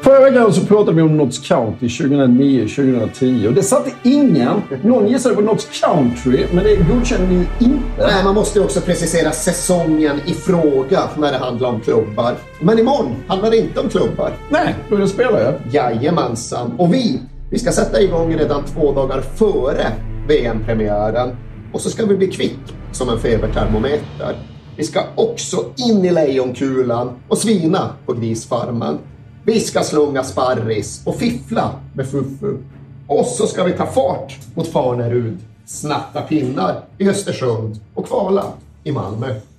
Förra veckan så pratade vi om Notts County 2009-2010 och det satte ingen. Någon gissade på Notts Country, men det godkände ni inte. Nej, man måste också precisera säsongen i fråga när det handlar om klubbar. Men imorgon handlar det inte om klubbar. Nej, då är det spelare. Jajamensan. Och vi ska sätta igång redan 2 dagar före VM-premiären. Och så ska vi bli kvick som en febertermometer. Vi ska också in i lejonkulan och svina på grisfarmen. Vi ska slunga sparris och fiffla med fuffu. Och så ska vi ta fart mot Farnerud, snatta pinnar i Östersund och kvala i Malmö.